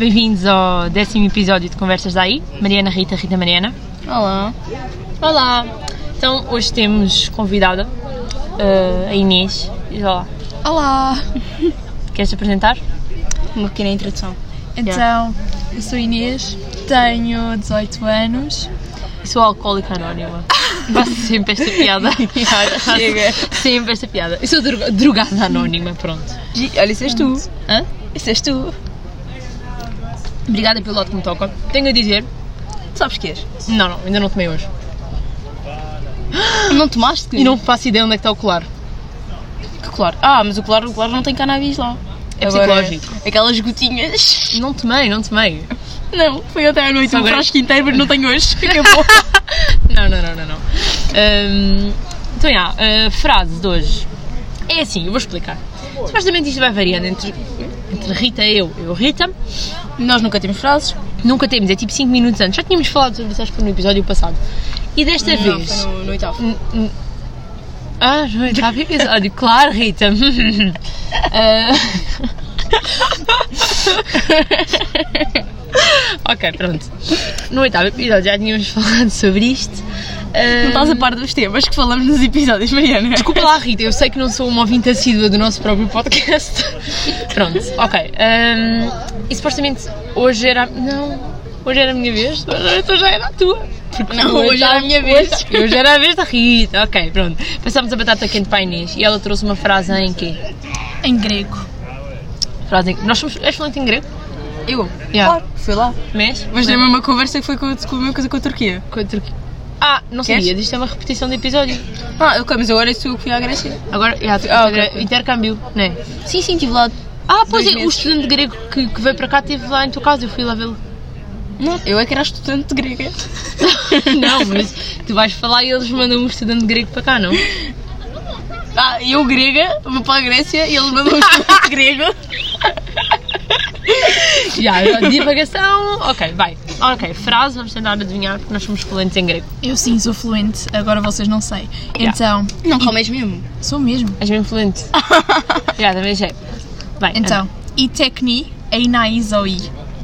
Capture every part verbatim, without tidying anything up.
bem-vindos ao décimo episódio de Conversas Daí. Mariana, Rita, Rita, Mariana. Olá. Olá. Então, hoje temos convidada uh, a Inês. Diz olá. Olá. Queres-te apresentar? Uma pequena introdução. Então, Yeah. eu sou Inês, tenho dezoito anos. Eu sou alcoólica anónima. Faço sempre esta piada. Chega. Sempre esta piada. Eu sou droga- drogada anónima, pronto. Gi- Olha, isso és tu. Hã? Isso és tu. Obrigada pelo lote que me toca. Tenho a dizer... Sabes que és? Não, não, ainda não tomei hoje. Não tomaste? E não faço ideia onde é que está o colar. Que colar? Ah, mas o colar, o colar não tem cannabis lá. É Agora, psicológico. Aquelas gotinhas. Não tomei, não tomei. Não, foi até à noite Só um agora- frasco inteiro, mas não tenho hoje. Acabou. Não, não, não, não, não. Hum, então, já, a frase de hoje é assim, eu vou explicar. Supostamente isto vai variando entre, entre Rita e eu. Eu, Rita, Nós nunca temos frases. nunca temos, é tipo cinco minutos antes. Já tínhamos falado sobre isso, acho que foi no episódio passado. E desta Não, vez... foi no, no oitavo. N- n- Ah, no oitavo episódio, claro, Rita. Ah. Ok, pronto. No oitavo episódio já tínhamos falado sobre isto. Não estás a par dos temas que falamos nos episódios, Mariana. Desculpa lá, Rita, eu sei que não sou uma ouvinte assídua do nosso próprio podcast. Pronto, ok. Um, e supostamente hoje era. Não, hoje era a minha vez, então já era a tua. Porque Não, hoje era a minha vez. Hoje, hoje era a vez da Rita, ok, pronto. Passámos a batata quente para a Inês e ela trouxe uma frase em quê? Em grego. Frase em... Nós somos. És fluente em grego? Eu? Yeah. Claro, fui lá. Mas? Mas lembra uma conversa que foi com, com a mesma coisa com a Turquia. Com a Turquia. Ah, não Queres? sabia, isto é uma repetição de episódio. Ah, ok, mas agora sou eu que fui à Grécia. Agora, yeah, Ah, ok. intercâmbio, não é? Sim, sim, estive lá. Ah, pois Dois é, o meses. estudante grego que, que veio para cá esteve lá em tua casa, eu fui lá vê-lo. Não, eu é que era estudante de grega. Não, mas tu vais falar e eles mandam um estudante grego para cá, não? Ah, eu grega, vou para a Grécia e eles mandam um estudante grego. Já, yeah, divagação. Ok, vai. Ok, frase, vamos tentar adivinhar porque nós somos fluentes em grego. Eu sim sou fluente, agora vocês não sei. Yeah. Então, Não comes mesmo. sou mesmo. És mesmo fluente? Já, também já é. Vai. Então, e techni einaizoi.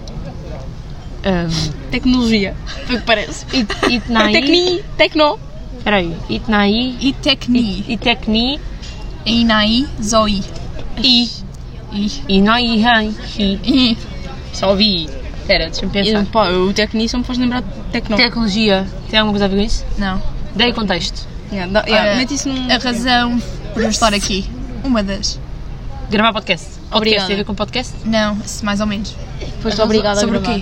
Um, Tecnologia, foi o que parece. it, itnai. Tecni, tecno. Espera aí. Itnai. E techni Itecni. einaizoi. I. E. Inai. Hai. Hi. E. Só ouvi. Espera, deixa-me E, pensar. pá, o tecni só me faz lembrar de tecno. Tecnologia. Tem alguma coisa a ver com isso? Não. Dei contexto. Yeah, dá- yeah, Ora, mete isso num... a razão por eu estar aqui, uma das. Gravar podcast. Podcast Obrigada. tem a ver com podcast? Não, mais ou menos. Foste obrigada a Sobre gravar.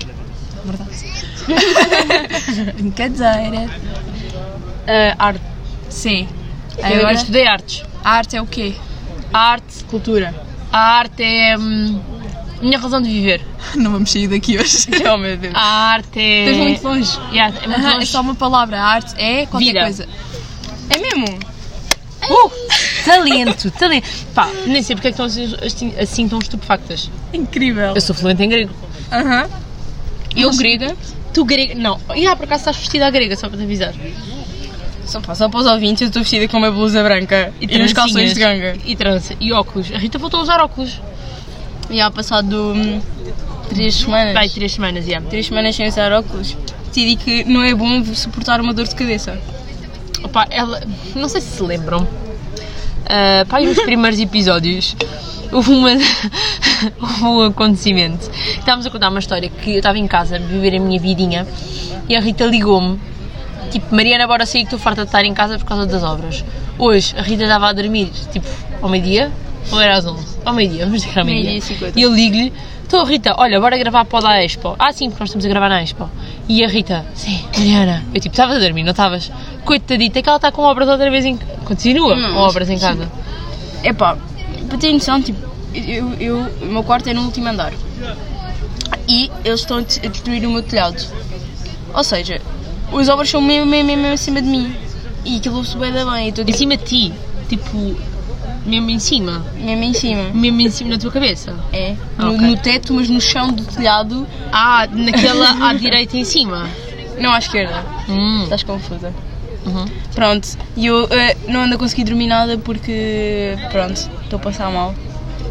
o quê? Verdade. Brincadeira. Uh, arte. Sim. Eu Agora, estudei artes. a arte é o quê? A arte, Cultura. a arte é hum, a minha razão de viver. Não vamos sair daqui hoje. Oh meu Deus. A arte é... Estás muito longe. Yeah, é muito Aham, é longe. só uma palavra. A arte é qualquer Vida. coisa. É mesmo? Uh, talento, talento. Pá, nem sei porque é que estão assim, assim, assim tão estupefactas. Incrível. Eu sou fluente em grego. Aham. Eu grega? Tu grega? Não. E ah, por acaso estás vestida à grega, só para te avisar. Só, pá, só para os ouvintes, eu estou vestida com uma blusa branca e, e uns calções de ganga. E trança. E óculos. A Rita voltou a usar óculos. E há passado hum, três semanas. Vai, três semanas, já. Três semanas sem usar óculos. Decidi que não é bom suportar uma dor de cabeça. Opa, ela... Não sei se se lembram. Uh, pá, e nos primeiros episódios houve, uma, houve um acontecimento. Estávamos a contar uma história que eu estava em casa a viver a minha vidinha e a Rita ligou-me. Tipo, Mariana, bora sair que estou farta de estar em casa por causa das obras. Hoje, a Rita estava a dormir, tipo, ao meio-dia? Ou era às onze? Ao meio-dia, vamos dizer ao meio-dia. Meio-dia e cinquenta. E eu ligo-lhe, estou Rita, olha, bora gravar para o da Expo. Ah, sim, porque nós estamos a gravar na Expo. E a Rita, sim, Mariana. Eu tipo, estavas a dormir, não estavas? Coitadita, é que ela está com obras outra vez em... Continua Não, com obras em casa. É pá, para ter noção, tipo, eu, eu, o meu quarto é no último andar. E eles estão a destruir o meu telhado. Ou seja, as obras são mesmo, mesmo, mesmo acima de mim. E aquilo ouve-se bem da bem. Eu estou Em tipo, cima de ti, tipo, mesmo em cima, mesmo em cima. mesmo em cima da tua cabeça. É, no, Ok. no teto, mas no chão do telhado. Ah, naquela à direita em cima. Não à esquerda. Hum. Estás confusa. Uhum. Pronto, e eu eh, não ando a conseguir dormir nada porque, pronto, estou a passar mal.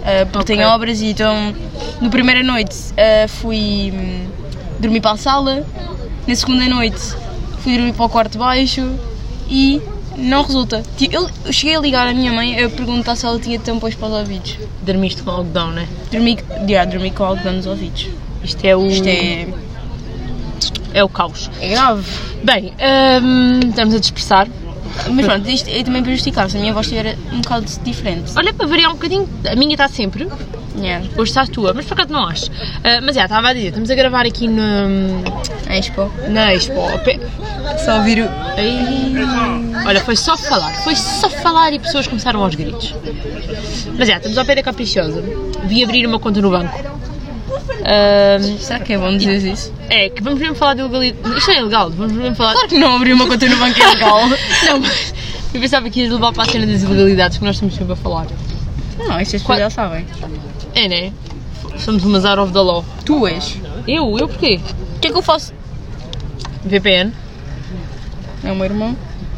Uh, porque Ok. tem obras e então, na primeira noite uh, fui hum, dormir para a sala, na segunda noite fui dormir para o quarto baixo e não resulta. Tipo, eu eu cheguei a ligar à minha mãe a perguntar se ela tinha tampões para os ouvidos. Dormiste com algodão, né? Dormi, yeah, dormi com algodão nos ouvidos. Isto é o... Isto é, é o caos. é grave. Bem, hum, estamos a dispersar. Mas pronto, isto é também para justificar, se a minha voz estiver um bocado diferente. Olha, para variar um bocadinho, a minha está sempre, Yeah. hoje está a tua, mas por acaso não acho. Ah, mas já, estava a dizer, estamos a gravar aqui na, Expo. na Expo. ao pé- Só ouvir o... Ai, olha, foi só falar, foi só falar e pessoas começaram aos gritos. Mas já, estamos ao pé da Caprichosa. Vim abrir uma conta no banco. Ah, Será que é bom dizer isso? é, que vamos mesmo falar de ilegalidade. Isto é ilegal, vamos mesmo falar. Claro que não, abrir uma conta no banco é legal. Não, mas eu pensava que ias levar para a cena das ilegalidades que nós estamos sempre a falar. Não, estas pessoas já sabem. É, né? Somos umas out of the law. Tu és. Eu? Eu porquê? O que é que eu faço? V P N. É o meu irmão.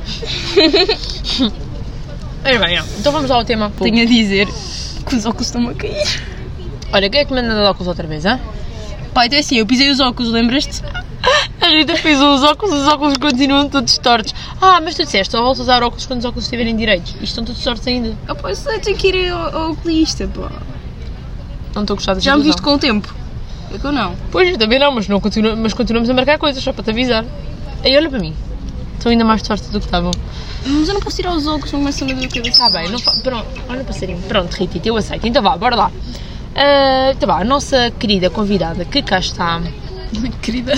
Ora bem, ó, então vamos lá ao tema. Tenho a dizer que os óculos estão a cair. Olha, quem é que me anda de óculos outra vez, hã? Pai, então é assim, eu pisei os óculos, lembras-te? A Rita pisou os óculos, os óculos continuam todos tortos. Ah, mas tu disseste, só voltas a usar óculos quando os óculos estiverem direitos. Isto estão todos tortos ainda. Ah, pá, eu sei, tenho que ir ao, ao oculista, pá. Não estou a gostar da Já me situação. viste com o tempo? É que eu não. Pois, eu também não, mas, não continu... mas continuamos a marcar coisas, só para te avisar. Aí, olha para mim. Estão ainda mais tortos do que estavam. Mas eu não posso tirar os óculos, não começo a me doer a cabeça. Está bem, não fa... Pronto, olha passarinho. Pronto, Rita, eu aceito. Então vá, bora lá. Ah, então vá, a nossa querida convidada que cá está. Querida.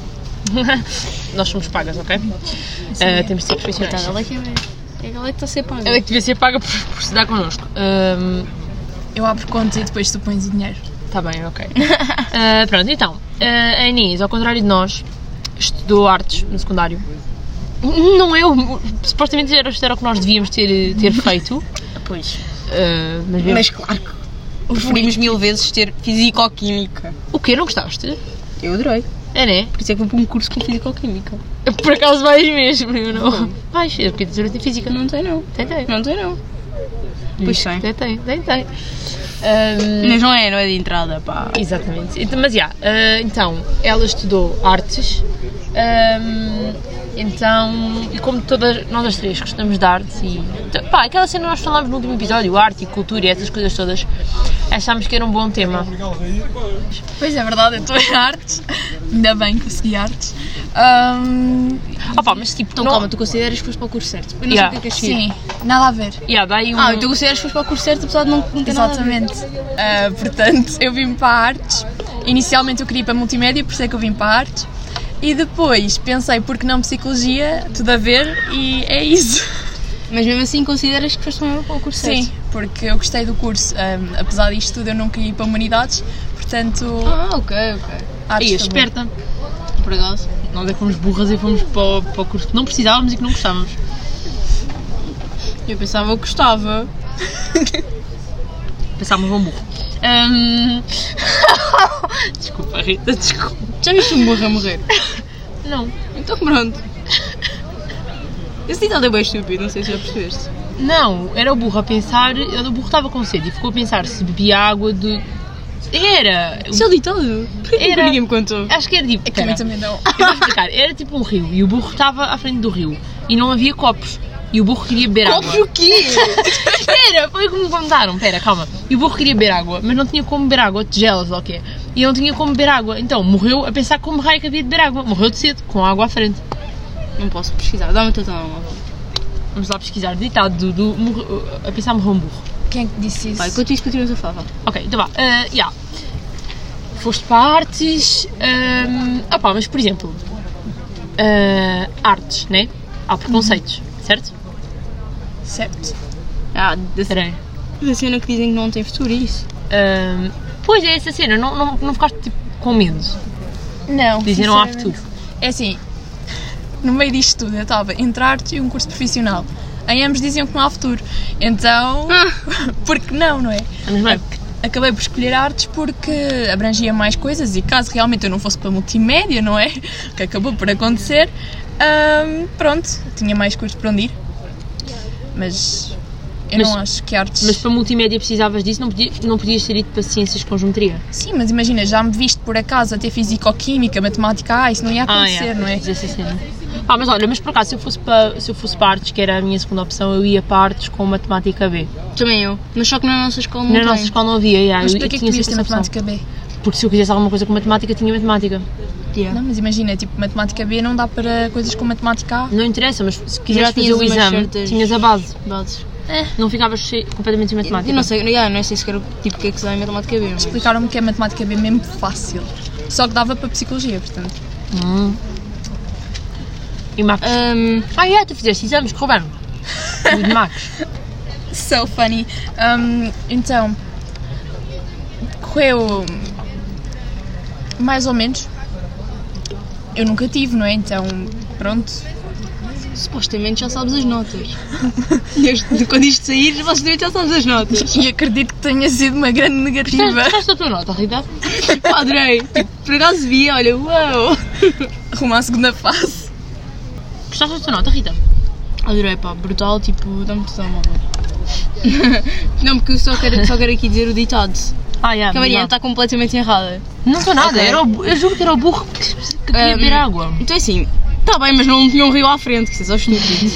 Nós somos pagas, ok? Ah, temos de ser profissionais. Coitada, ela é que é, é ela é que está a ser paga. Ela é que devia ser paga por, por se dar connosco. Ahm, Eu abro conta e depois tu pões o dinheiro. Tá bem, ok. Ah, pronto, então, ah, a Inês, ao contrário de nós, estudou artes no secundário. Não é o... Supostamente era, era o que nós devíamos ter, ter feito. Pois. ah, mas, vemos- Mas claro que preferimos mil vezes ter fisicoquímica. O quê? Não gostaste? Eu adorei. É, né? Por isso é que vou para um curso com fisicoquímica. Por acaso vais mesmo, eu não. Vais, eu queria dizer em física. Não tem não. Tentei. Não tem não. Pois tem. Tentei, tentei. Ahm, Mas não é, não é de entrada, pá. Exatamente. Então, mas, já, ah, então, ela estudou artes, ahm, então, e como todas nós as três gostamos de arte, e, então, pá, aquela cena que nós falámos no último episódio, arte e cultura e essas coisas todas, achámos que era um bom tema. Pois é verdade, eu estou em artes. Ainda bem que consegui artes. Ahm, Opa, mas tipo, Então não, calma, tu consideras que foste para o curso certo? Eu não Yeah. sei o que é que és seguir. sim, nada a ver. yeah, dá aí um... Ah, então consideras que foste para o curso certo apesar de não, não ter nada a ver. Exatamente. Ah, portanto, eu vim para artes. Inicialmente eu queria ir para multimédia, por isso é que eu vim para artes. E depois pensei, porque não psicologia, tudo a ver, e é isso. Mas mesmo assim consideras que foste mesmo para o curso certo? Sim, porque eu gostei do curso. Ahm, apesar disto tudo, eu não queria ir para humanidades, portanto, Ah, ok, ok. artes Aí, foi bom. esperta. Por acaso. Nós é que fomos burras e fomos para o, para o curso que não precisávamos e que não gostávamos. Eu pensava que gostava. Pensávamos um burro. Ahm, Desculpa, Rita, desculpa. Já viste um burro a morrer? Não. Então pronto. Esse ditado é bem estúpido, não sei se já percebeste. Não, era o burro a pensar, o burro estava com sede e ficou a pensar se bebia água de... Era! Isso é o ditado? Porquê que Era. ninguém me contou? Acho que era tipo... É que a mim espera, também não. eu vou explicar, era tipo um rio e o burro estava à frente do rio e não havia copos e o burro queria beber Copos água. o quê? Era, foi como me contaram, pera, calma. E o burro queria beber água, mas não tinha como beber água, tigelas ou o quê? E não tinha como beber água, então morreu a pensar como raio que havia de beber água. Morreu de sede, com a água à frente. Não posso pesquisar, dá-me o teu telemóvel. Vamos lá pesquisar, ditado do, do morre- a pensar morreu um burro. Quem é que disse isso? Vai, enquanto isto continuas a falar. Ok, então vá, uh, yeah. Foste para artes, um, opá, mas por exemplo, uh, artes, né? Há preconceitos, certo? Certo. Ah, da, Espera aí. da cena que dizem que não tem futuro, isso. Um, pois é essa cena, não, não, não ficaste tipo, com medo? Não. Dizem não há sinceramente. futuro. É assim, no meio disto tudo, eu estava entre artes e um curso profissional. Em ambos diziam que não há futuro. Então, porque não, não é? Vamos bem. Acabei por escolher artes porque abrangia mais coisas e caso realmente eu não fosse para multimédia, não é? Que acabou por acontecer, hum, pronto, tinha mais cursos para onde ir. Mas Eu Mas- não acho que artes... Mas para multimédia precisavas disso, não, podia, não podias ter ido para ciências com geometria? Sim, mas imagina, já me viste por acaso a ter físico-química, matemática, ah, isso não ia acontecer, é, não é? Essa cena. Ah, mas olha, mas por acaso, se eu fosse para, se eu fosse para artes, que era a minha segunda opção, eu ia para artes com matemática B. Também eu. Mas só que na nossa escola não Na tem. nossa escola não havia, yeah, Mas eu, para eu que é que tinha devias ter essa opção. matemática B? Porque se eu quisesse alguma coisa com matemática, tinha matemática. Yeah. Não, mas imagina, tipo, matemática B não dá para coisas com matemática A. Não interessa, mas se Já quisesse fazer tinhas o umas exame, certas- tinhas a base. Bases. Não ficavas cheio- completamente sem matemática. Eu não sei, yeah, não sei sequer tipo, o que é que se dá em matemática B. Mas... Explicaram-me que é matemática B mesmo fácil. Só que dava para psicologia, portanto. Hum. E Marcos? Um, Ah, é, tu fizeste exames, correu bem. O de Marcos. So funny. Um, então, correu mais ou menos. Eu nunca tive, não é? Então, pronto. supostamente já sabes as notas. Desde quando isto sair, supostamente já sabes as notas. E acredito que tenha sido uma grande negativa. Gostaste da tua nota, Rita? Tipo, adorei. Tipo, por acaso vi, olha, uau. Rumo à segunda fase. Gostaste da tua nota, Rita? Adorei, pá, brutal, tipo, dá-me tudo mal. Não, porque eu só quero, só quero aqui dizer o ditado. Ah, yeah, Que a Mariana não. está completamente errada. Não estou nada, Ok. era o, bu- eu juro que era o burro que que queria Um, beber água. Então é assim, está bem, mas não tinha um rio à frente, que isso é só estúpido.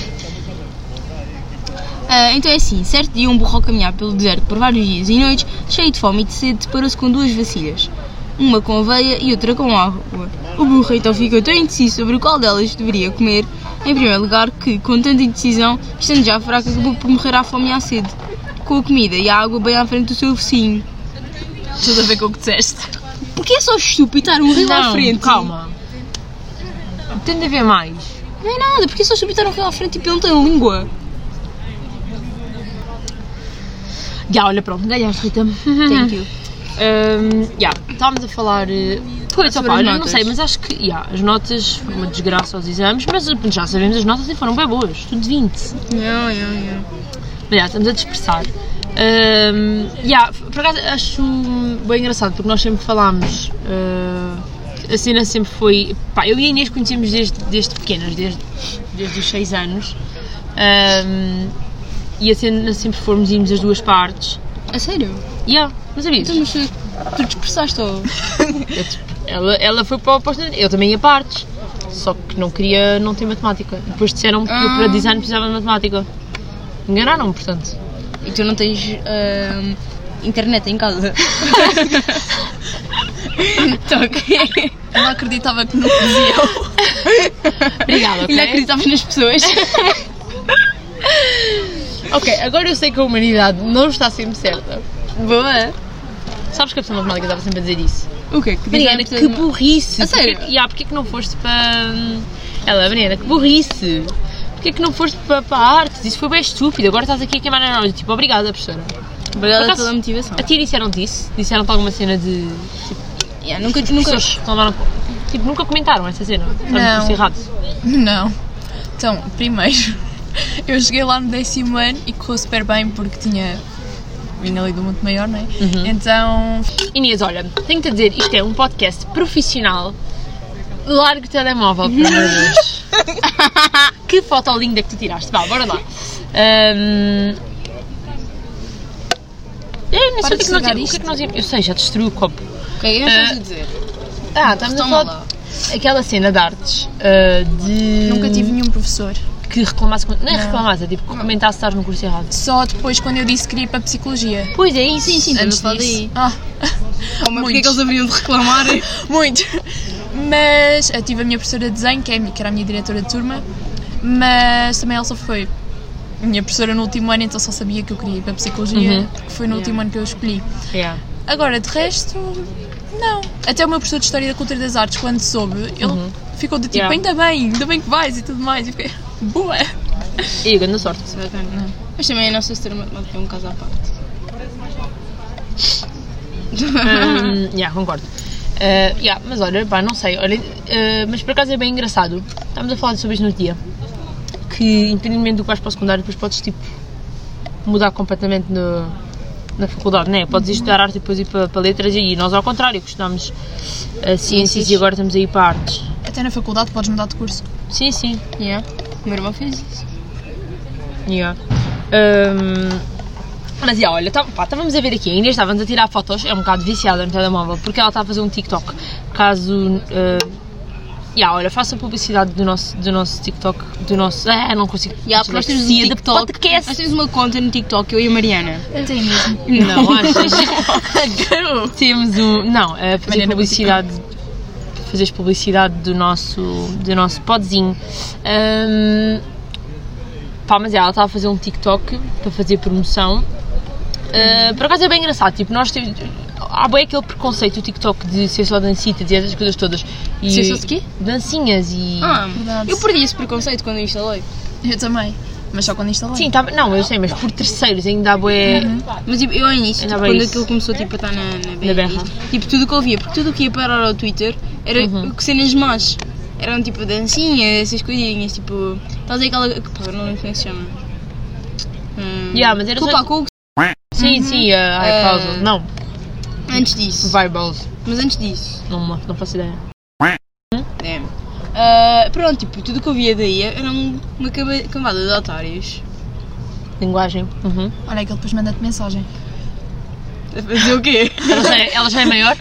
Ah, então é assim, certo dia um burro ao caminhar pelo deserto por vários dias e noites, cheio de fome e de sede, deparou-se com duas vasilhas. Uma com aveia e outra com água. O burro então ficou tão indeciso sobre o qual delas deveria comer, em primeiro lugar, que, com tanta indecisão, estando já fraco, acabou por morrer à fome e à sede, com a comida e a água bem à frente do seu vizinho. Tudo a ver com o que disseste. Porque é só estúpido estar um rio à Não, frente? calma. Tem de haver mais. Não é nada, porque é só estúpido estar um rio à frente e ele não tem língua. Já, olha, pronto, ganhaste, Rita. Thank you. Um, yeah, estávamos a falar. uh, Pois, Sobre opa, as olha, não notas. sei, mas acho que yeah, as notas foram uma desgraça aos exames, mas já sabemos as notas e foram bem boas, tudo de vinte. Não, não, não. Mas yeah, estamos a dispersar. Um, yeah, por acaso acho bem engraçado porque nós sempre falámos. Uh, a cena sempre foi. Pá, eu e a Inês conhecemos desde, desde pequenas, desde, desde os seis anos. Um, e a cena sempre formos irmos as duas partes. A sério? Yeah, não sabias? Então, mas tu, tu dispersaste ou... Eu, tipo, ela, ela foi para o oposto, eu também ia partes, só que não queria não ter matemática. Depois disseram-me que eu para Ah. design precisava de matemática. Enganaram-me, portanto. E tu não tens ahm, internet em casa? Então, ok. Eu não acreditava que não podiam. Obrigada, ok? Ainda acreditavas nas pessoas? Ok, agora eu sei que a humanidade não está sempre certa. Boa. Sabes que a pessoa matemática estava sempre a dizer isso? O quê? Que Mariana, que burrice! A sério? Porquê, yeah, porquê que não foste para... Ela, Mariana, que burrice! Porquê que não foste para, para artes? Isso foi bem estúpido, agora estás aqui a queimar na nós. Tipo, obrigada, professora. Obrigada Por acaso, pela motivação. A ti disseram-te isso? Disseram-te alguma cena de... Yeah, nunca, nunca... Pessoas que não levaram- tipo, nunca comentaram essa cena? Não. Não. Errado. Não. Então, primeiro, eu cheguei lá no décimo ano e correu super bem porque tinha vindo ali do Monte Maior, não é? Uhum. Então, Inês, olha, tenho-te a dizer, isto é um podcast profissional. Larga o telemóvel, por amor de Deus. Que foto linda que tu tiraste. Vá, bora lá. Ahm, Eu nem sei Para o que, é de que nós, estragar o que é que nós íamos- Eu sei, já destruí o copo. Ok, eu não sei o que dizer. Ah, estamos a Toma falar lá. aquela cena de artes ah, de... nunca tive nenhum professor. Que reclamasse, não é Não. reclamasse, é tipo que comentasse estar no curso errado. Só depois quando eu disse que queria ir para a psicologia. Pois é isso. Sim, sim, Antes estamos a falar disso. daí. Ah, Oh, mas porquê muitos. que eles haveriam de reclamar? muito. Mas eu tive a minha professora de desenho, que, é a minha- que era a minha diretora de turma, mas também ela só foi minha professora no último ano, então só sabia que eu queria ir para a psicologia, Uhum. porque foi no último ano que eu escolhi. Yeah. Agora, de resto, não. Até o meu professor de História da Cultura e das Artes, quando soube, ele ficou do tipo, Yeah. ainda bem, ainda bem que vais e tudo mais. E eu fiquei, boa. E grande sorte. Mas também a nossa história matemática é um caso à parte. Um, yeah, concordo. Uh, yeah, mas olha, pá, não sei. Olha, uh, mas por acaso é bem engraçado. Estamos a falar sobre isto no dia. Que independentemente do que vais para o secundário, depois podes tipo mudar completamente no, na faculdade, não é? Podes estudar arte e depois ir para, para letras e nós ao contrário, que estudamos uh, ciências e agora estamos a ir para artes. Até na faculdade podes mudar de curso. Sim, sim. Yeah. O meu irmão fez isso. Yeah. Um, mas, yeah, olha, tá, pá, estávamos a ver aqui, a Inês estava-nos a tirar fotos, é um bocado viciada no telemóvel, porque ela está a fazer um TikTok. Caso... Uh, yeah, olha, faça publicidade do nosso, do nosso TikTok, do nosso... Ah, não consigo... Yeah, nós temos um TikTok, podcast. nós temos uma conta no TikTok, eu e a Mariana. Eu tenho mesmo. Não, achas? Temos um... Não, é fazer Mariana publicidade... Fazeres publicidade do nosso, do nosso podzinho. Um, pá, mas é, ela estava a fazer um TikTok para fazer promoção. Uh, por acaso é bem engraçado, tipo, nós temos... Há bem aquele preconceito do TikTok de ser só dancinhas e essas coisas todas. E Ser só de quê? Dancinhas e... Ah, Verdade. eu perdi esse preconceito quando eu instalei. Eu também. Mas só quando instalei. Sim, tá, não, eu sei, mas por terceiros ainda há bué... Mas tipo, eu ao início, Ainda tipo, bem quando isso. aquilo começou tipo, a estar na, na, Na berra. tipo, tudo o que eu via, porque tudo o que ia parar ao Twitter era Uhum. cenas más. Eram tipo dancinhas, essas coisinhas, tipo. Estás a dizer aquela. Pá, não lembro como é que se chama. Hum, Yeah, mas era Culpa só- Cook. Sim, sim, a Uh, iPause. Não, Antes disso. Vibes. Mas antes disso. Não, não faço ideia. É. Ah, pronto, tipo, tudo o que eu via daí era um- uma cama- camada de otários. Linguagem. Uhum. Olha, aquele depois manda-te mensagem. A fazer o quê? Ela já é, ela já é maior?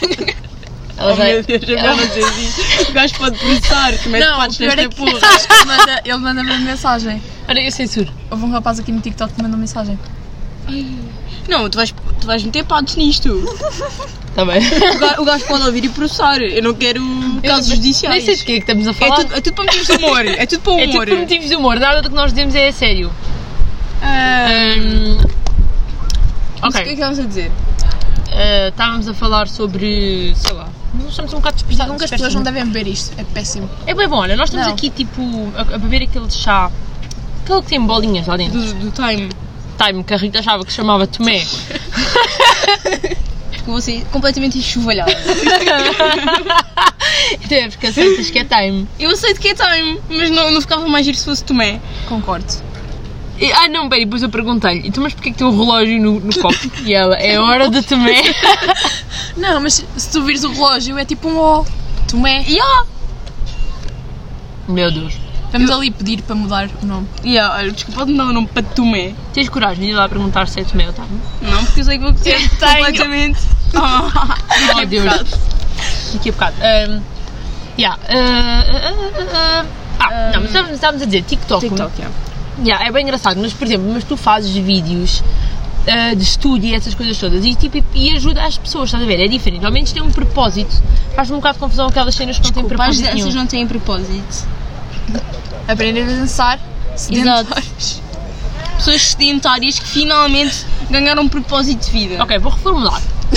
Ela Oh já é... meu Deus, é melhor não dizer isso. O gajo pode processar, como é que Não, o podes pior nesta é que porra? ele manda- ele manda-me mensagem. Olha, eu censuro. Houve um rapaz aqui no TikTok que mandou mensagem. Não, tu vais, tu vais meter patos nisto. Está bem. O ga- O gajo pode ouvir e processar. Eu não quero casos judiciais. Nem sei de que é que estamos a É falar. tudo, é tudo para motivos de humor. É tudo para É humor. tudo por motivos de humor. Nada do que nós dizemos é a sério. Ah, Hum, Mas o que é que ok. estávamos a dizer? Uh, estávamos a falar sobre... Sei lá. Nós estamos um bocado despistados. Nunca as pessoas não devem beber isto. É péssimo. É bem bom. Olha, nós estamos Não. aqui tipo a, a beber aquele chá. Aquele que tem bolinhas lá dentro. Do, do time. Time que a Rita achava que se chamava Tomé. Porque eu vou ser completamente enxovalhada. Até porque aceitas que é time. Eu aceito que é time, mas não, não ficava mais giro se fosse Tomé. Concordo. E, ah não, peraí, depois eu perguntei-lhe, então mas porquê que tem um relógio no, no copo? E ela, é hora de Tomé. Não, mas se tu vires o relógio é tipo um O. Tomé. Yeah. Meu Deus. Vamos ali pedir para mudar o nome. Yeah, olha, desculpa, pode-me dar o nome para Tomé. Tens coragem de ir lá perguntar se é Tomé ou Time? Não, porque eu sei que vou ter completamente. Ah, Oh Deus. Daqui a bocado. Um, yeah, uh, uh, uh, uh, ah, não, mas estávamos, estávamos a dizer TikTok. TikTok, yeah. Yeah, é bem engraçado, mas por exemplo, mas tu fazes vídeos uh, de estúdio e essas coisas todas e, tipo, e ajuda as pessoas, estás a ver? É diferente, ao menos tem um propósito. Faz-me um bocado de confusão aquelas cenas que não têm Desculpa, as propósito danças nenhum. não têm propósito. Aprender a dançar. Sedentários. Pessoas sedentárias que finalmente ganharam um propósito de vida. Ok, vou reformular.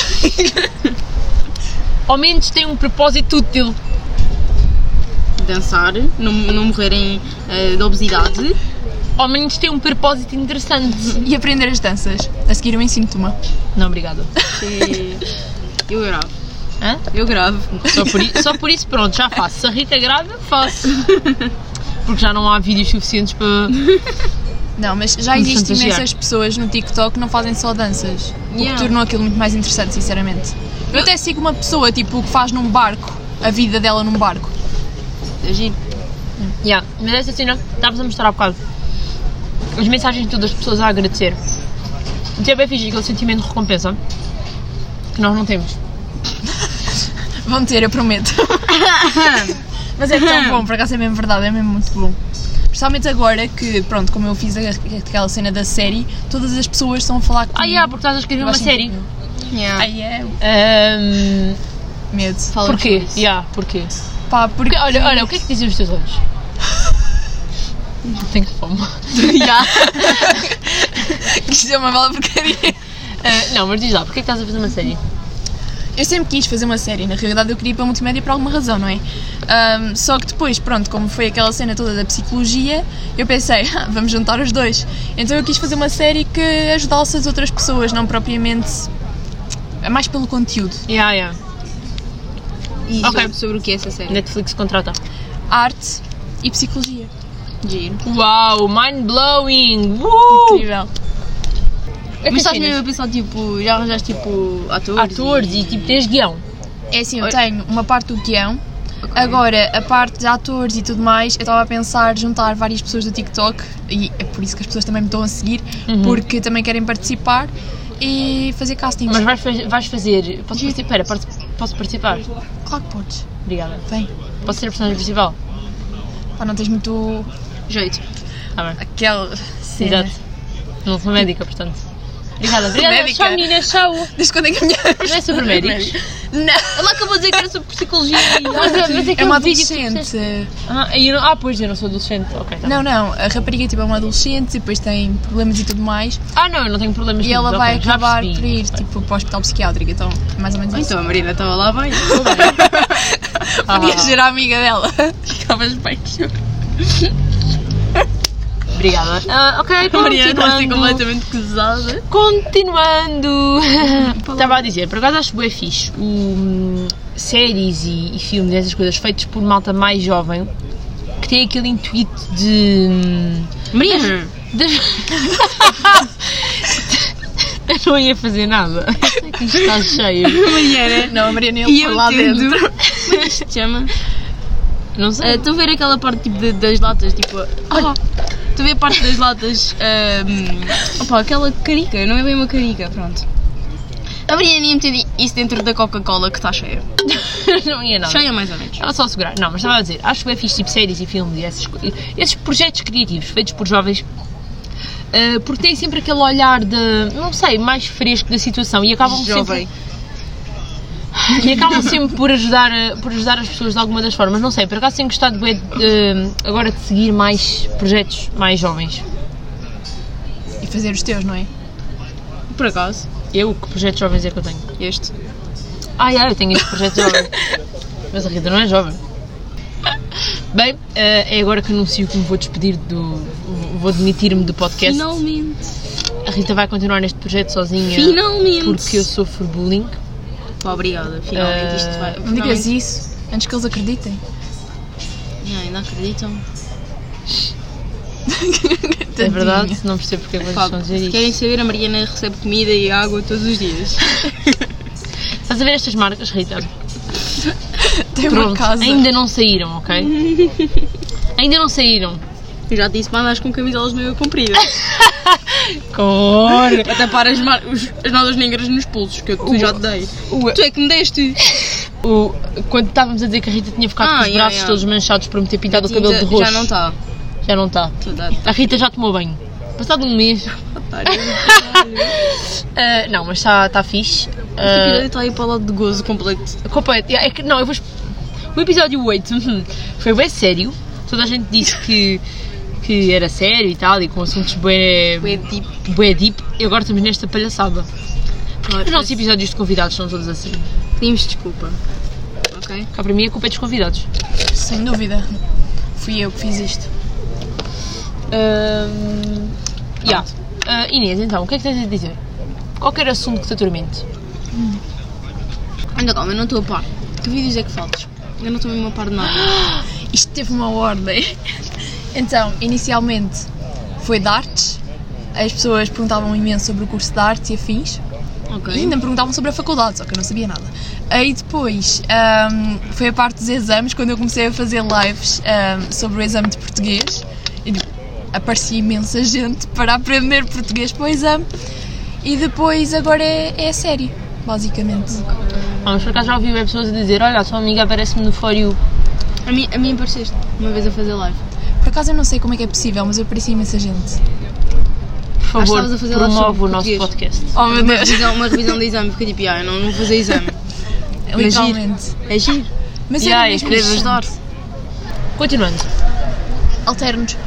Ao menos tem um propósito útil. Dançar, não, não morrerem uh, de obesidade. Ao menos tem um propósito interessante. E aprender as danças. A seguir eu ensino-te uma. Não, obrigada. E eu gravo. Hã? Eu gravo. Só por, i- só por isso, pronto, já faço. Se a Rita grava, faço. Porque já não há vídeos suficientes para... Não, mas já Vamos existem chantagear. imensas pessoas no TikTok que não fazem só danças. O Yeah. que tornou aquilo muito mais interessante, sinceramente. Eu até sigo uma pessoa tipo que faz num barco, a vida dela num barco. É giro. Yeah, mas essa cena, estávamos a mostrar há bocado. As mensagens de todas as pessoas a agradecer. Isso é bem fixe, aquele sentimento de recompensa que nós não temos. Vão ter, eu prometo. Mas é tão bom, por acaso é mesmo verdade, é mesmo muito bom. Principalmente agora que, pronto, como eu fiz a- aquela cena da série, todas as pessoas estão a falar comigo. Ah, yeah, porque estás a escrever Eu uma acho série. incrível. Yeah. Ai, é. Ahm, Medo. Fala porquê? sobre isso. Yeah, porquê? Pá, porque... Porque, olha, olha, o que é que dizem os teus olhos? Tenho fome. Yeah. Isto é uma bela porcaria. Ah, não, mas diz lá, porquê é que estás a fazer uma série? Eu sempre quis fazer uma série, na realidade eu queria ir para a multimédia por alguma razão, não é? Ahm, só que depois, pronto, como foi aquela cena toda da psicologia, eu pensei, ah, vamos juntar os dois. Então eu quis fazer uma série que ajudasse as outras pessoas, não propriamente... É mais pelo conteúdo. Yeah, yeah. E Ok. sobre, sobre o que é essa série? Netflix contrata. Arte e psicologia. Giro. Uau, mind blowing! Uh! Incrível. Mas estás mesmo a pensar, tipo, já arranjaste, tipo, atores? Atores e tipo, tens guião. É assim, eu tenho uma parte do guião, Ok. Agora, a parte de atores e tudo mais, eu estava a pensar juntar várias pessoas do TikTok, e é por isso que as pessoas também me estão a seguir, Uhum. porque também querem participar e fazer castings. Mas vais, faz- vais fazer... Posso participar? Espera, posso, posso participar? Claro que podes. Obrigada. Vem. Posso ser a personagem principal? Pá, não tens muito Jeito. Tá bem. aquela cena. Exato. Não sou médica, portanto. Obrigada, obrigada. Médica. Tchau, meninas, tchau. Desde quando é que a minha... Não é sobre médicos? Não. Ela acabou de dizer que era sobre psicologia e Mas, é- mas é que É uma eu vi, tipo, adolescente. Ah, eu não, ah, pois, eu não sou adolescente. Ok, tá. Não, não, a rapariga tipo, é uma adolescente e depois tem problemas e tudo mais. Ah, não, eu não tenho problemas E ela nenhuns, vai ok, já acabar percebi. por ir tipo, para o hospital psiquiátrico, então mais ou menos isso. Então a Marina estava lá bem. Podias Ah. ser a amiga dela. Ficavas bem. Obrigada. Ah, ok, A Mariana está a ser continuando. completamente pesada. Continuando. Estava a dizer, por acaso acho bem fixe o, hum, séries e, e filmes e essas coisas feitos por malta mais jovem que tem aquele intuito de... hum, Mariana! de... Eu não ia fazer nada. Eu sei que isto está cheio. Mariana! Não, a Mariana E ia eu lá tendo... dentro. Como é que isto se chama? Não sei. Ah, Estou a ver aquela parte tipo, de- das latas, tipo... Ah, estou a ver a parte das latas... Um, opa, aquela carica, não é bem uma carica, pronto. A Mariana ia meter isso dentro da Coca-Cola que está cheia. Não ia nada. Cheia mais ou menos. Estava só a segurar. Não, mas estava a dizer, acho que é fixe tipo séries e filmes e essas, co- esses projetos criativos feitos por jovens, eh, porque têm sempre aquele olhar de, não sei, mais fresco da situação e acabam Jovem. sempre e acabam sempre por ajudar, a- por ajudar as pessoas de alguma das formas. Não sei, por acaso tenho gostado bué de, eh, agora de seguir mais projetos mais jovens. E fazer os teus, não é? Por acaso, Eu, que projetos jovens é que eu tenho? este. Ah, yeah, eu tenho este projeto jovem. Mas a Rita não é jovem. Bem, eh, é agora que anuncio que me vou despedir do. Vou demitir-me do podcast. Finalmente. A Rita vai continuar neste projeto sozinha. Finalmente. Porque eu sofro bullying. Pá, obrigada, finalmente isto vai... Não digas finalmente- isso, antes que eles acreditem. Ah, ainda acreditam? É verdade, não percebo porque é que vocês Pá, estão a dizer se isto. querem saber, a Mariana recebe comida e água todos os dias. Estás a ver estas marcas, Rita? Tem uma Pronto, casa. ainda não saíram, ok? Ainda não saíram. Eu já te disse para andares com camisolas meio compridas. Cor! A tapar as, mar... os- as nodas negras nos pulsos, que eu tu já te dei. O- Tu é que me deste. O, quando estávamos a dizer que a Rita tinha ficado Ah, com os yeah, braços yeah. todos manchados por me ter pintado o Sim, cabelo já- de roxo. Já não está. Já não está. A Rita já tomou banho. Passado um mês. Ah, não, mas está tá fixe. Este Ah, episódio está aí para o lado de gozo completo. completo. É que, não, eu vou. exp- O episódio oito uhum, foi bem sério. Toda a gente disse que, que era sério e tal, e com assuntos bem. Foi tipo. bué deep. E agora estamos nesta palhaçada. Os nossos episódios de convidados são todos assim. Pedimos desculpa. Ok? Cá para mim a culpa é dos convidados. Sem dúvida. Fui eu que fiz isto. Ahm, yeah. Ah, Inês, então, o que é que tens a dizer? Qualquer assunto que te atormente. Ainda calma, eu não estou a par. Que vídeos é que faltas? Eu não estou mesmo a par de nada. Isto teve uma ordem. Então, inicialmente foi de artes. As pessoas perguntavam imenso sobre o curso de artes e afins. Ok. E ainda me perguntavam sobre a faculdade, só que eu não sabia nada. Aí depois ahm, foi a parte dos exames, quando eu comecei a fazer lives ahm, sobre o exame de português. E tipo, aparecia imensa gente para aprender português para o exame. E depois agora é, é a série, basicamente. Ah, mas por acaso já ouvi web pessoas a dizer: olha, a sua amiga aparece-me no For You. A mim, a mim apareceste uma vez a fazer live. Por acaso eu não sei como é que é possível, mas eu aparecia imensa gente. Por favor, estavas a fazer lá promove sobre o nosso português. podcast. Oh meu Uma Deus! revisão, uma revisão de exame, porque tipo, ah, eu não, não vou fazer exame. Literalmente. É giro. Mas Yeah, era mesmo Deves interessante. ajudar. Continuando. Alternos.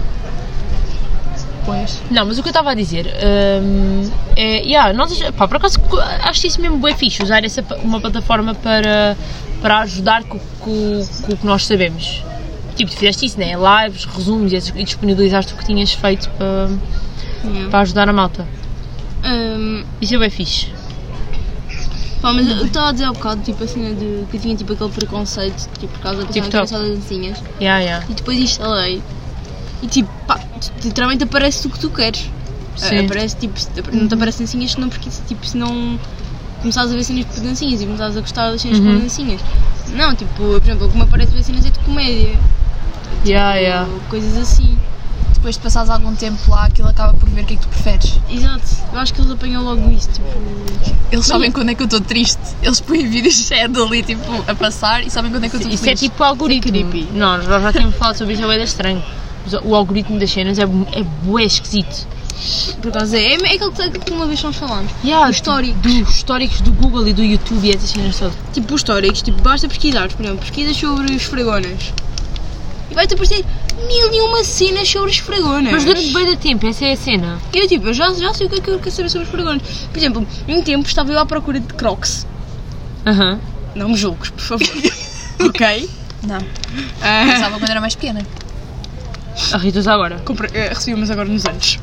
Pois. Não, mas o que eu estava a dizer hum, é, yeah, nós, pá, por acaso acho isso mesmo bem fixe, usar essa, uma plataforma para, para ajudar com, com, com o que nós sabemos. Tipo, tu fizeste isso, né? Lives, resumos e, essas- e disponibilizaste o que tinhas feito para, Yeah. para ajudar a malta. Hum, Isso é bem fixe. pá, mas eu estava a dizer há bocado, tipo, assim, de, que eu tinha tipo aquele preconceito, tipo, por causa da pessoa que TikTok. era só dancinhas. Yeah, yeah. E depois instalei. E tipo, pá, literalmente aparece o que tu queres. Sim. Ah, aparece, tipo, se- não te aparece dancinhas, senão, porque, tipo, se não começares a ver cenas por dancinhas e começares a gostar das cenas Uhum. por dancinhas, Não, tipo, por exemplo, como aparece ver cenas é de comédia. Yeah, yeah. Ou coisas assim. Depois de passares algum tempo lá, aquilo acaba por ver o que é que tu preferes. Exato. Eu acho que eles apanham logo isso, tipo... Eles sabem quando é que eu estou triste. Eles põem vídeos sad ali, tipo, a passar e sabem quando é que eu estou Isso feliz. é tipo algoritmo. creepy. Não, nós já tínhamos falado sobre isso, é bué estranho. O algoritmo das cenas é, é bué esquisito. Por acaso é, é aquele que, que uma vez nós falámos. Yeah, Os históricos. Dos históricos do Google e do YouTube e essas cenas todas. Tipo, os históricos, tipo, basta pesquisar, por exemplo, pesquisas sobre os fregonas. E vai-te aparecer mil e uma cenas sobre os fregonas. Mas durante bem da tempo, essa é a cena. E eu tipo, eu já, já sei o que é que eu quero saber sobre os fregonas. Por exemplo, em um tempo estava eu à procura de crocs. Aham. Não me julgues, por favor. Ok? Não. Ah, Pensava quando era mais pequena. A Rita usa agora. comprei, eh, recebi umas agora nos anos.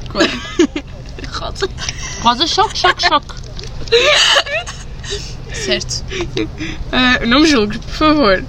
Rosa. Rosa, choque, choque, choque. Certo. Ah, não me julgues, por favor.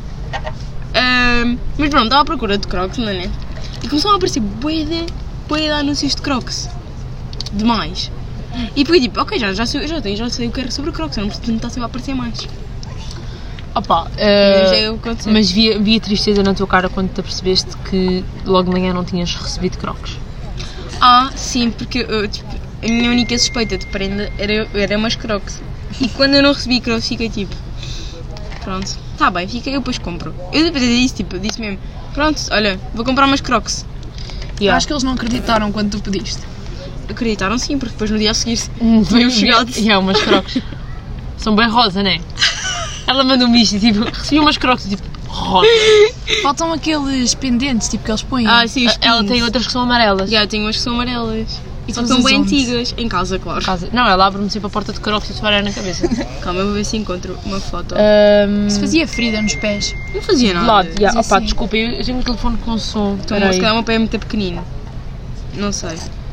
Ah, mas pronto, estava à procura de crocs na net. E começou a aparecer bué de, bué de anúncios de crocs. Demais. E depois tipo, ok, já, já, sei, já, tenho, já sei o que era sobre crocs, eu não preciso tentar sempre a aparecer mais. Opa, Mas é uh, o que aconteceu. mas vi, vi a tristeza na tua cara quando te apercebeste que logo de manhã não tinhas recebido crocs. Ah, sim, porque eu, tipo, a minha única suspeita de prenda era, era umas crocs. E quando eu não recebi crocs, fiquei tipo, pronto, tá bem, fica, eu depois compro. Eu depois disse, tipo, disse mesmo, pronto, olha, vou comprar umas crocs. Yeah. Acho que eles não acreditaram quando tu pediste. Acreditaram sim, porque depois no dia a seguir Veio veio chegado. E há umas crocs. São bem rosa, não é? Ela mandou-me isto e tipo, recebi umas crocs tipo, rosa. Faltam aqueles pendentes, tipo, que eles põem. Ah, sim, os Ela pins. tem outras que são amarelas. Já, eu tenho umas que são amarelas. E Só tu que são usas bem onde? antigas. Em casa, claro. Casa. Não, ela abre-me sempre a porta de crocs e toalha na cabeça. Calma, eu vou ver se encontro uma foto. Um, Isso fazia ferida nos pés. Não fazia de nada. lado, yeah. Fazia Opa, assim. desculpa, eu, eu tenho um telefone com som. Então, Espera se aí. calhar o meu pé é muito pequenino. Não sei.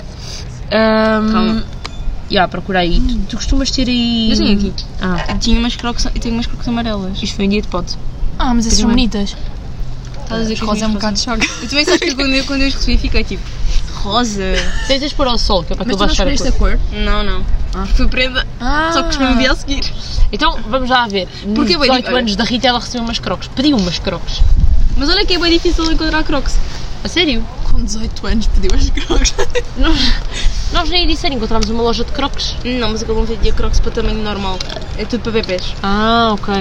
Um, Calma. Yeah, procura aí. Tu, tu costumas ter aí. Eu tenho aqui. Ah, Eu tinha umas crocs, eu tenho umas crocs amarelas. isto foi em dia de pote. Ah, mas essas são Também. bonitas. Estás a dizer que Rosa é um as bocado minhas de choque. Eu também sabes que quando eu, quando eu as recebi fiquei tipo, rosa. Tentas pôr ao sol, que é para Mas aquilo tu não baixar a escolheste cor. a cor? Não, não. Porque foi prenda. Ah. Só que escolhi no dia a seguir. Então, vamos lá ver. Nos Porque, bem, dezoito olha- anos da Rita, ela recebeu umas crocs. Pediu umas crocs. Mas olha que é bem difícil encontrar crocs. A sério? Com dezoito anos pediu as crocs. Nós, nós nem disseram, encontramos uma loja de crocs. Não, mas aquele não vendia crocs para tamanho normal. É tudo para bebês. Ah, ok.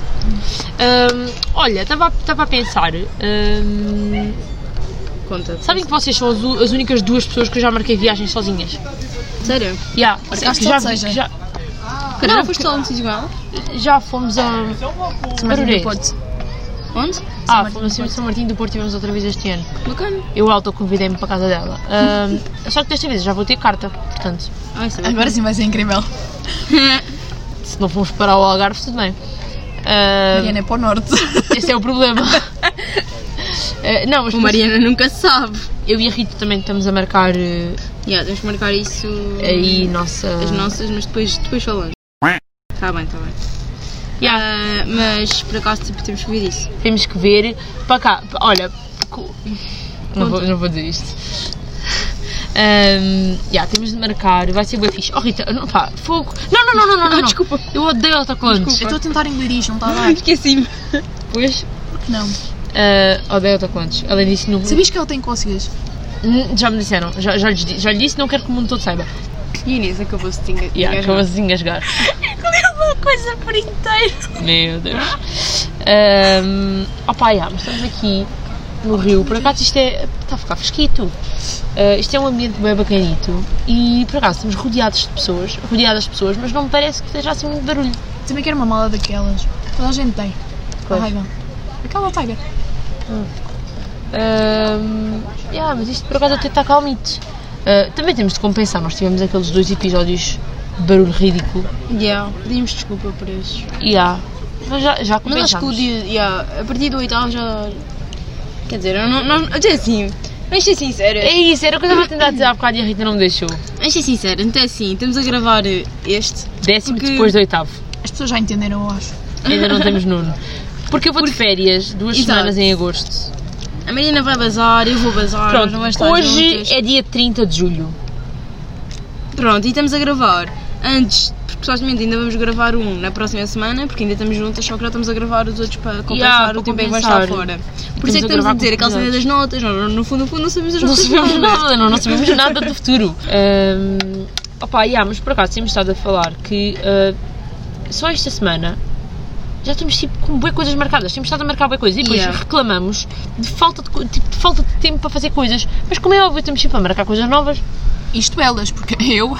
Hum, olha, estava a pensar. hum, Conta. sabem que vocês são as, u- as únicas duas pessoas que eu já marquei viagens sozinhas? Sério? Yeah, Marcaste que já, onde seja? que já, Cara, Não, já foste lá onde se igual? já fomos a. São Martinho Arorês. do Porto. Onde? Ah, Martinho fomos do a Porto. São Martinho do Porto e vamos outra vez este ano. Bacana. Eu autoconvidei-me para a casa dela. Hum, só que desta vez eu já vou ter carta, portanto, Ah, isso é Agora sim vai ser incrível. se não formos para o Algarve, tudo bem. Hum, Mariana é para o norte. esse é o problema. Eh, não, mas O Mariana nunca sabe. eu e a Rita também estamos a marcar eh, Yeah, temos que marcar isso. aí nossa. As nossas, mas depois, depois falamos. Tá bem, tá bem. Yeah. Ah, mas por acaso tipo, temos que ver isso. Temos que ver para cá. Olha, co- não vou, não vou dizer isto. Um, yeah, temos de marcar, vai ser bem fixe. Oh Rita, não, pá, fogo. Não, não, não, não, não, não. Desculpa. Eu odeio autocolantes. Eu estou a tentar engolir isto, não está a dar. Esqueci-me. Pois, Não. uh, odeio autocolantes. Além disso, não. Sabias que ela tem cócegas? Hum, Já me disseram, já, já, lhes di- já lhe disse, não quero que o mundo todo saiba. E Inês acabou-se de enga- Yeah, engasgar. acabou-se de engasgar. uma coisa por inteiro. Meu Deus. Um, opa, yeah, mas estamos aqui no Rio. Por acaso isto é. Está a ficar fresquito. Uh, isto é um ambiente bem bacanito. E por acaso estamos rodeados de pessoas, rodeadas de pessoas, mas não me parece que esteja assim muito barulho. Também quero uma mala daquelas. Toda a gente tem. Quais? A raiva. Aquela Tiger. Um, yeah, mas isto por acaso até está calmito. Uh, também temos de compensar, nós tivemos aqueles dois episódios de barulho ridículo. Yeah, pedimos desculpa por isso. E yeah, mas já, já Mas acho que o compensamos. dia, yeah, a partir do oitavo já. Quer dizer, eu não. não até assim, vamos ser sinceros. É isso, era o que eu estava a tentar dizer há bocado e a Rita não me deixou. Vamos ser sinceros, então é assim, estamos a gravar este. Décimo Porque- depois do oitavo. As pessoas já entenderam, eu acho. Ainda não temos Nuno. Porque eu vou de férias duas Exato. semanas em agosto. A Mariana vai bazar, eu vou bazar, nós Pronto, não vamos estar hoje juntas. é dia trinta de julho. Pronto, e estamos a gravar antes, supostamente ainda vamos gravar um na próxima semana, porque ainda estamos juntas, só que já estamos a gravar os outros para compensar Yeah, o para tempo em que vai compensar. estar fora. Por Estamos isso é que a estamos a gravar dizer com aquela cena das notas, nós, no fundo, no fundo não sabemos as Não notas. sabemos de nada, não, não sabemos nada do futuro. Um, opa, yeah, mas por acaso temos estado a falar que uh, só esta semana já temos tipo com bué coisas marcadas, temos estado a marcar bué coisas e depois Yeah. reclamamos de falta de, co- tipo, de falta de tempo para fazer coisas. Mas como é óbvio, temos sempre a marcar coisas novas. Isto elas, porque eu...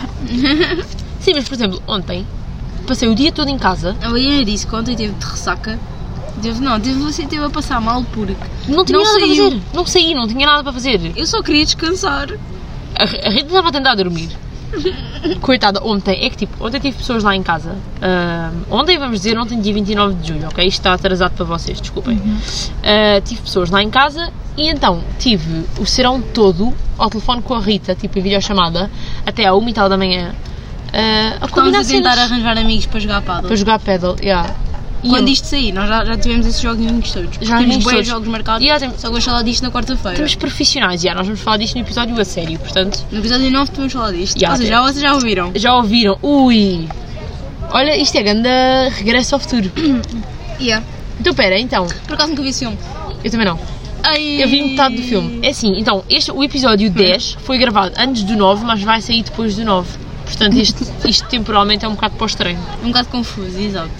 Sim, mas por exemplo, ontem passei o dia todo em casa, A Mariana disse que ontem teve de ressaca. Teve, não, teve, você teve a passar mal porque não tinha Não nada saiu. para fazer. Não saí, não tinha nada para fazer. eu só queria descansar. A, a Rita estava a tentar dormir. Coitada, ontem, é que tipo, ontem tive pessoas lá em casa. Ah, ontem, vamos dizer, ontem dia vinte e nove de julho, ok? Isto está atrasado para vocês, desculpem. Ah, tive pessoas lá em casa e então tive o serão todo ao telefone com a Rita, tipo em videochamada, até à uma e tal da manhã, ah, a Estamos combinar a tentar cenas arranjar amigos para jogar paddle. para jogar paddle, yeah. E Quando eu- isto sair, nós já, já tivemos esses joguinhos todos. Já temos vimos bué todos. jogos marcados, Yeah, tem- só que vamos falar disto na quarta-feira. Estamos profissionais, já, nós vamos falar disto no episódio a sério, portanto, No episódio nove vamos falar disto. Yeah, Ou seja, tem- já vocês já ouviram. já ouviram? Ui! Olha, isto é grande regresso ao futuro. Yeah. Então, pera, então, Por acaso nunca vi esse filme. eu também não. Ai. Eu vi metade do filme. É assim, então, este, o episódio dez foi gravado antes do nove, mas vai sair depois do nove. Portanto, isto, isto temporalmente é um bocado para o estranho. Um bocado confuso, exato.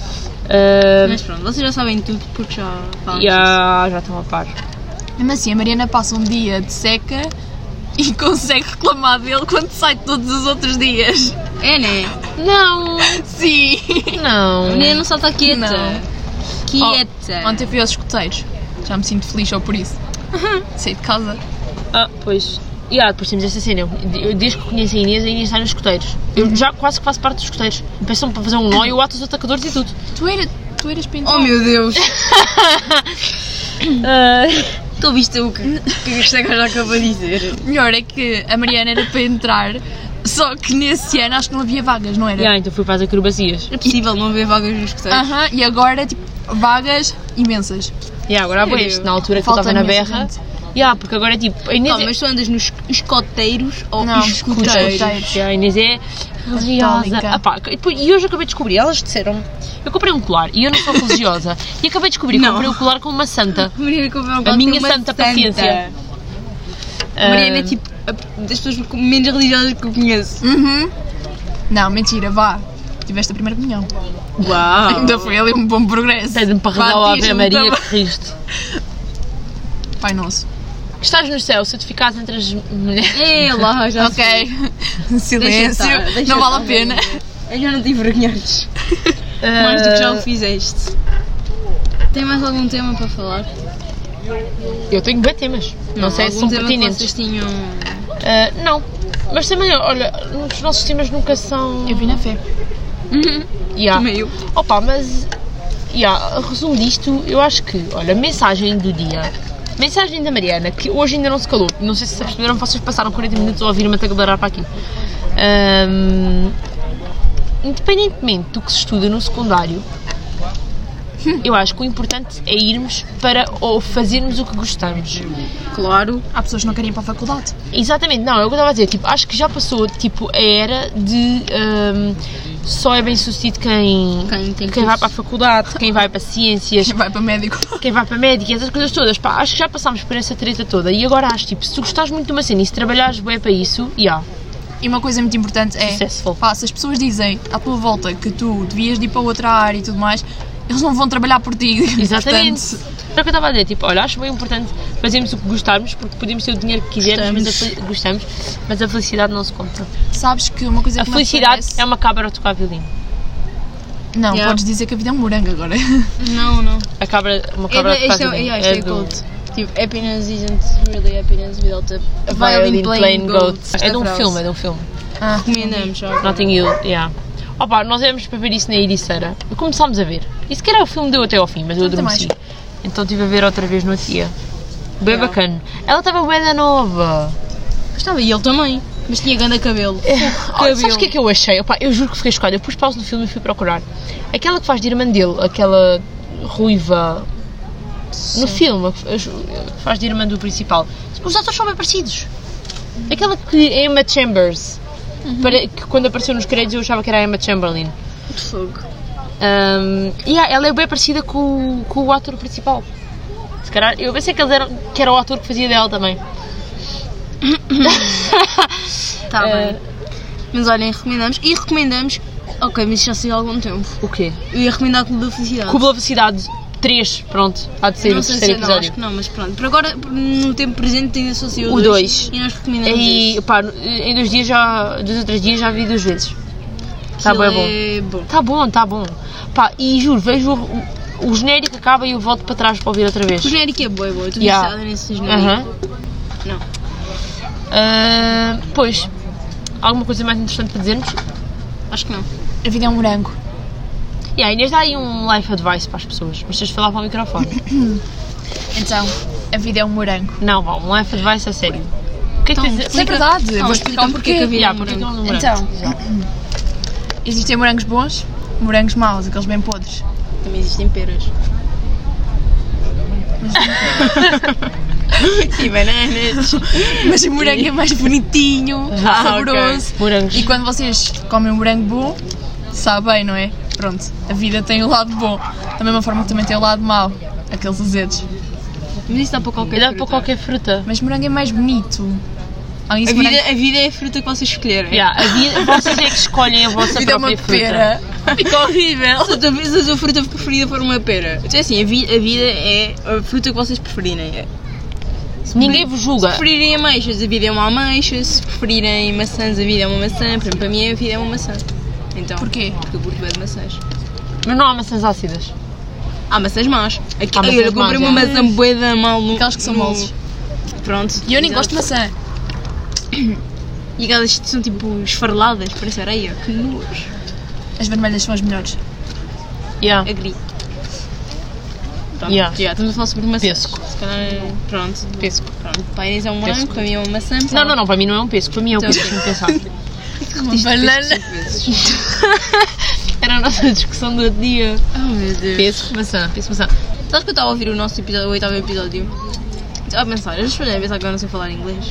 Uh, Mas pronto, vocês já sabem tudo porque já falam disso. já, já estão a par. Mesmo assim, a Mariana passa um dia de seca e consegue reclamar dele quando sai todos os outros dias. É, né? Não, Sim! A não. menina não só está quieta. Não. Quieta. Ontem fui aos escuteiros. Já me sinto feliz só por isso. Saí de casa. Ah, pois. E ah, depois temos essa cena. Eu, eu, desde que conheço a Inês, a Inês está nos escuteiros. Eu já quase que faço parte dos escuteiros. Peçam-me para fazer um nó e eu ato os atacadores e tudo. Tu, era, tu eras pintor. Oh meu Deus! Uh, Tu ouviste o que, o que este gajo acabou de dizer? Melhor é que a Mariana era para entrar, só que nesse ano acho que não havia vagas, não era? yeah, então fui para as acrobacias. É possível não haver vagas nos escuteiros. Aham, e agora, tipo, vagas imensas. Yeah, agora há Sério? boas. Na altura que Falta eu estava na imensa berra. gente. Yeah, porque agora é tipo. A Inês Não, é- mas tu andas nos escoteiros ou Não, escuteiros? escuteiros. Yeah, a Inês é religiosa. Católica. Ah, pá, e depois- e hoje acabei de descobrir, elas disseram, eu comprei um colar e eu não sou religiosa. E acabei de descobrir que Não. comprei o colar com uma santa. Mariana comprou um A colar minha com uma santa paciência. A Mariana é Ah, tipo a- das pessoas menos religiosas que eu conheço. Uhum. Não, mentira, vá. Tiveste a primeira comunhão. Uau! Ainda foi ali um bom progresso. Pede-me para rezar ao Ave Batismo Maria também. que riste. Pai nosso. Estás no céu se tu ficares entre as mulheres. É lá, já Ok. Deixa Silêncio. estar, deixa Não vale a estar. pena. Eu já não te envergonhares. Ah, Mais do que já o fizeste. Tem mais algum tema para falar? Eu tenho bem temas. Não, sei se algum são tema que pertinentes. vocês tinham... Ah, não. Mas também, olha, os nossos temas nunca são. Eu vi na fé. Yeah. Também eu. Opa, mas. Yeah, a resumo disto, eu acho que, olha, mensagem do dia. Mensagem da Mariana, que hoje ainda não se calou. Não sei se perceberam, vocês passaram quarenta minutos a ouvir-me até declarar para aqui. Ahm, independentemente do que se estuda no secundário, eu acho que o importante é irmos para ou fazermos o que gostamos. Claro. Há pessoas que não querem ir para a faculdade. Exatamente, não, é o que eu estava a dizer, tipo, acho que já passou tipo, a era de ahm, só é bem sucedido quem, Quem tem quem vai curso. para a faculdade, quem vai para ciências, Vai para médico. quem vai para médico, essas coisas todas, pá, acho que já passámos por essa treta toda e agora acho, tipo, se tu gostares muito de uma cena e se trabalhares bem para isso, já, yeah, E uma coisa muito importante é, Successful. pá, se as pessoas dizem à tua volta que tu devias de ir para outra área e tudo mais, eles não vão trabalhar por ti. exatamente. Portanto, Era o que eu estava a dizer, tipo, olha, acho bem importante fazermos o que gostarmos, porque podemos ter o dinheiro que quisermos, mas a, fel- gostamos, mas a felicidade não se conta. sabes que uma coisa A que me felicidade aparece- é uma cabra a tocar violino. Não, Yeah. podes dizer que a vida é um morango agora. Não, não. A cabra, uma cabra a É, tocar isto é, violino. yeah, isto é do- cult. Tipo, happiness isn't really happiness without a, A violin Violin playing Playing goat. Goat. É de um Esta filme, é frase. de um filme. Ah, Recomendamos já. Notting Hill, yeah. Opa, nós íamos para ver isso na Ericeira. E começámos a ver. E sequer o filme deu até ao fim, mas eu Nunca adormeci. mais. Então estive a ver outra vez no outro dia. Bem Yeah. bacana. Ela estava bué da nova. Estava e ele também. Mas tinha grande cabelo. Olha, sabes o que é que eu achei? Opa, eu juro que fiquei chocada. Eu pus pausa no filme e fui procurar. Aquela que faz de irmã dele, aquela ruiva no filme, que faz de irmã do principal. Os atores são bem parecidos. Aquela que é Emma Chambers. para, que quando apareceu nos créditos eu achava que era a Emma Chamberlain. De fogo. Um, e yeah, ela é bem parecida com, o- com o ator principal. Se calhar, eu pensei que, eles eram, que era o ator que fazia dela também. Tá Eh, bem. Mas olhem, recomendamos. E recomendamos. Ok, mas já sei há algum tempo. O quê? Eu ia recomendar o Clube da Felicidade. Cubo da Velocidade três, pronto, há de ser não o sei se terceiro é, não, acho episódio. que não, mas pronto. Por agora, no tempo presente, ainda só saiu O dois. E nós recomendamos E esse. pá, em dois dias já, dois ou três dias já vi duas vezes. Está Aquilo bem bom. é bom. Está bom, está bom. Pá, e juro, vejo o, o genérico acaba e eu volto para trás para ouvir outra vez. O genérico é bom, é bom. Tu Yeah. viste nesse genérico? Aham. Não. Ah, pois, alguma coisa mais interessante para dizermos? Acho que não. A vida é um morango. E aí, Inês, dá aí um life advice para as pessoas, mas tens de falar para o microfone. Então, a vida é um morango. Não, vá, um life advice a sério. O que é que Então, tens a dizer? Isso é verdade, Não, vou explicar o explica-me porque é que a vida é Yeah, um porque é que morango. é um morango? Então, existem morangos bons, morangos maus, aqueles bem podres. Também existem peras. E bananas. Mas o morango é mais bonitinho, Ah, saboroso. ok. Morangos. E quando vocês comem um morango bom, sabe bem, não é? Pronto, a vida tem o lado bom. Da mesma forma que também tem o lado mau, aqueles azedos. Mas isso dá para qualquer Dá fruta. para qualquer fruta. Mas morango é mais bonito. Alguém A disse vida, morango- a vida é a fruta que vocês escolherem. Yeah, a vida, vocês é que escolhem a vossa a vida é uma própria fruta. pera. Fica horrível. Se a tua- se a tua fruta preferida for uma pera. Então é assim, a, vi- a vida é a fruta que vocês preferirem. É. Ninguém vos julga. Se preferirem ameixas, a vida é uma ameixa. Se preferirem maçãs, a vida é uma maçã. Por exemplo, para mim a vida é uma maçã. Então, Porquê? Porque eu curto bem de maçãs. Mas não há maçãs ácidas. Há maçãs más. Aqui, Há maçãs eu comprei más, uma é. maçã boeda mal no... Aquelas que são no- moles. Pronto. E eu nem exato. gosto de maçã. E aquelas que são tipo esfareladas, parece areia. Que nojo. As vermelhas são as melhores. Yeah. Agri. Pronto, Yeah. já estamos a falar sobre maçãs. Pesco. Se calhar, pronto. Pesco. Pronto, para a Inês é um morango, Pesco. para mim é uma maçã. Não, não, não, para mim não é um pesco, para mim é o Então, que eu tinha pensado. Uma banana. Era a nossa discussão do outro dia. Oh meu Deus. Pesco, maçã. Penso maçã. Sabes que eu estava a ouvir o nosso episódio, o oitavo episódio? Estava a pensar, eu estou a pensar que eu não sei falar inglês.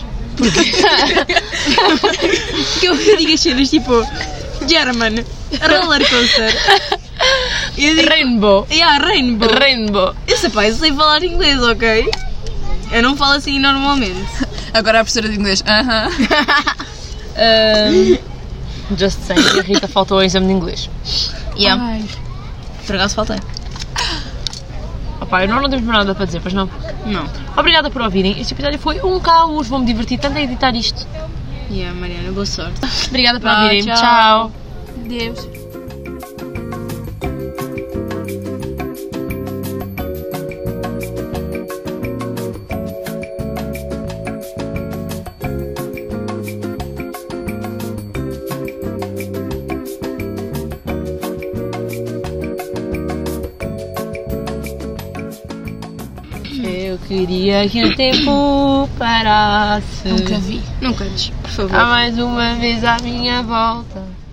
Porque eu digo as cenas tipo German, roller coaster. E eu digo, Rainbow. yeah, rainbow. Rainbow. Eu sei, pá, eu sei falar inglês, ok? Eu não falo assim normalmente. Agora a professora de inglês. Aham. Um, just saying, a Rita faltou ao exame de inglês. Yeah, Ai. por acaso faltei. Opa, eu não, não temos mais nada para dizer, pois não. Não. Obrigada por ouvirem. Este episódio foi um caos. Vou-me divertir tanto a editar isto. Yeah, Mariana, boa sorte. Obrigada por Vá, ouvirem. tchau. Tchau. Deus. Eu queria que o tempo parasse. Nunca vi. Não cantes, por favor. Há mais uma vez à minha volta.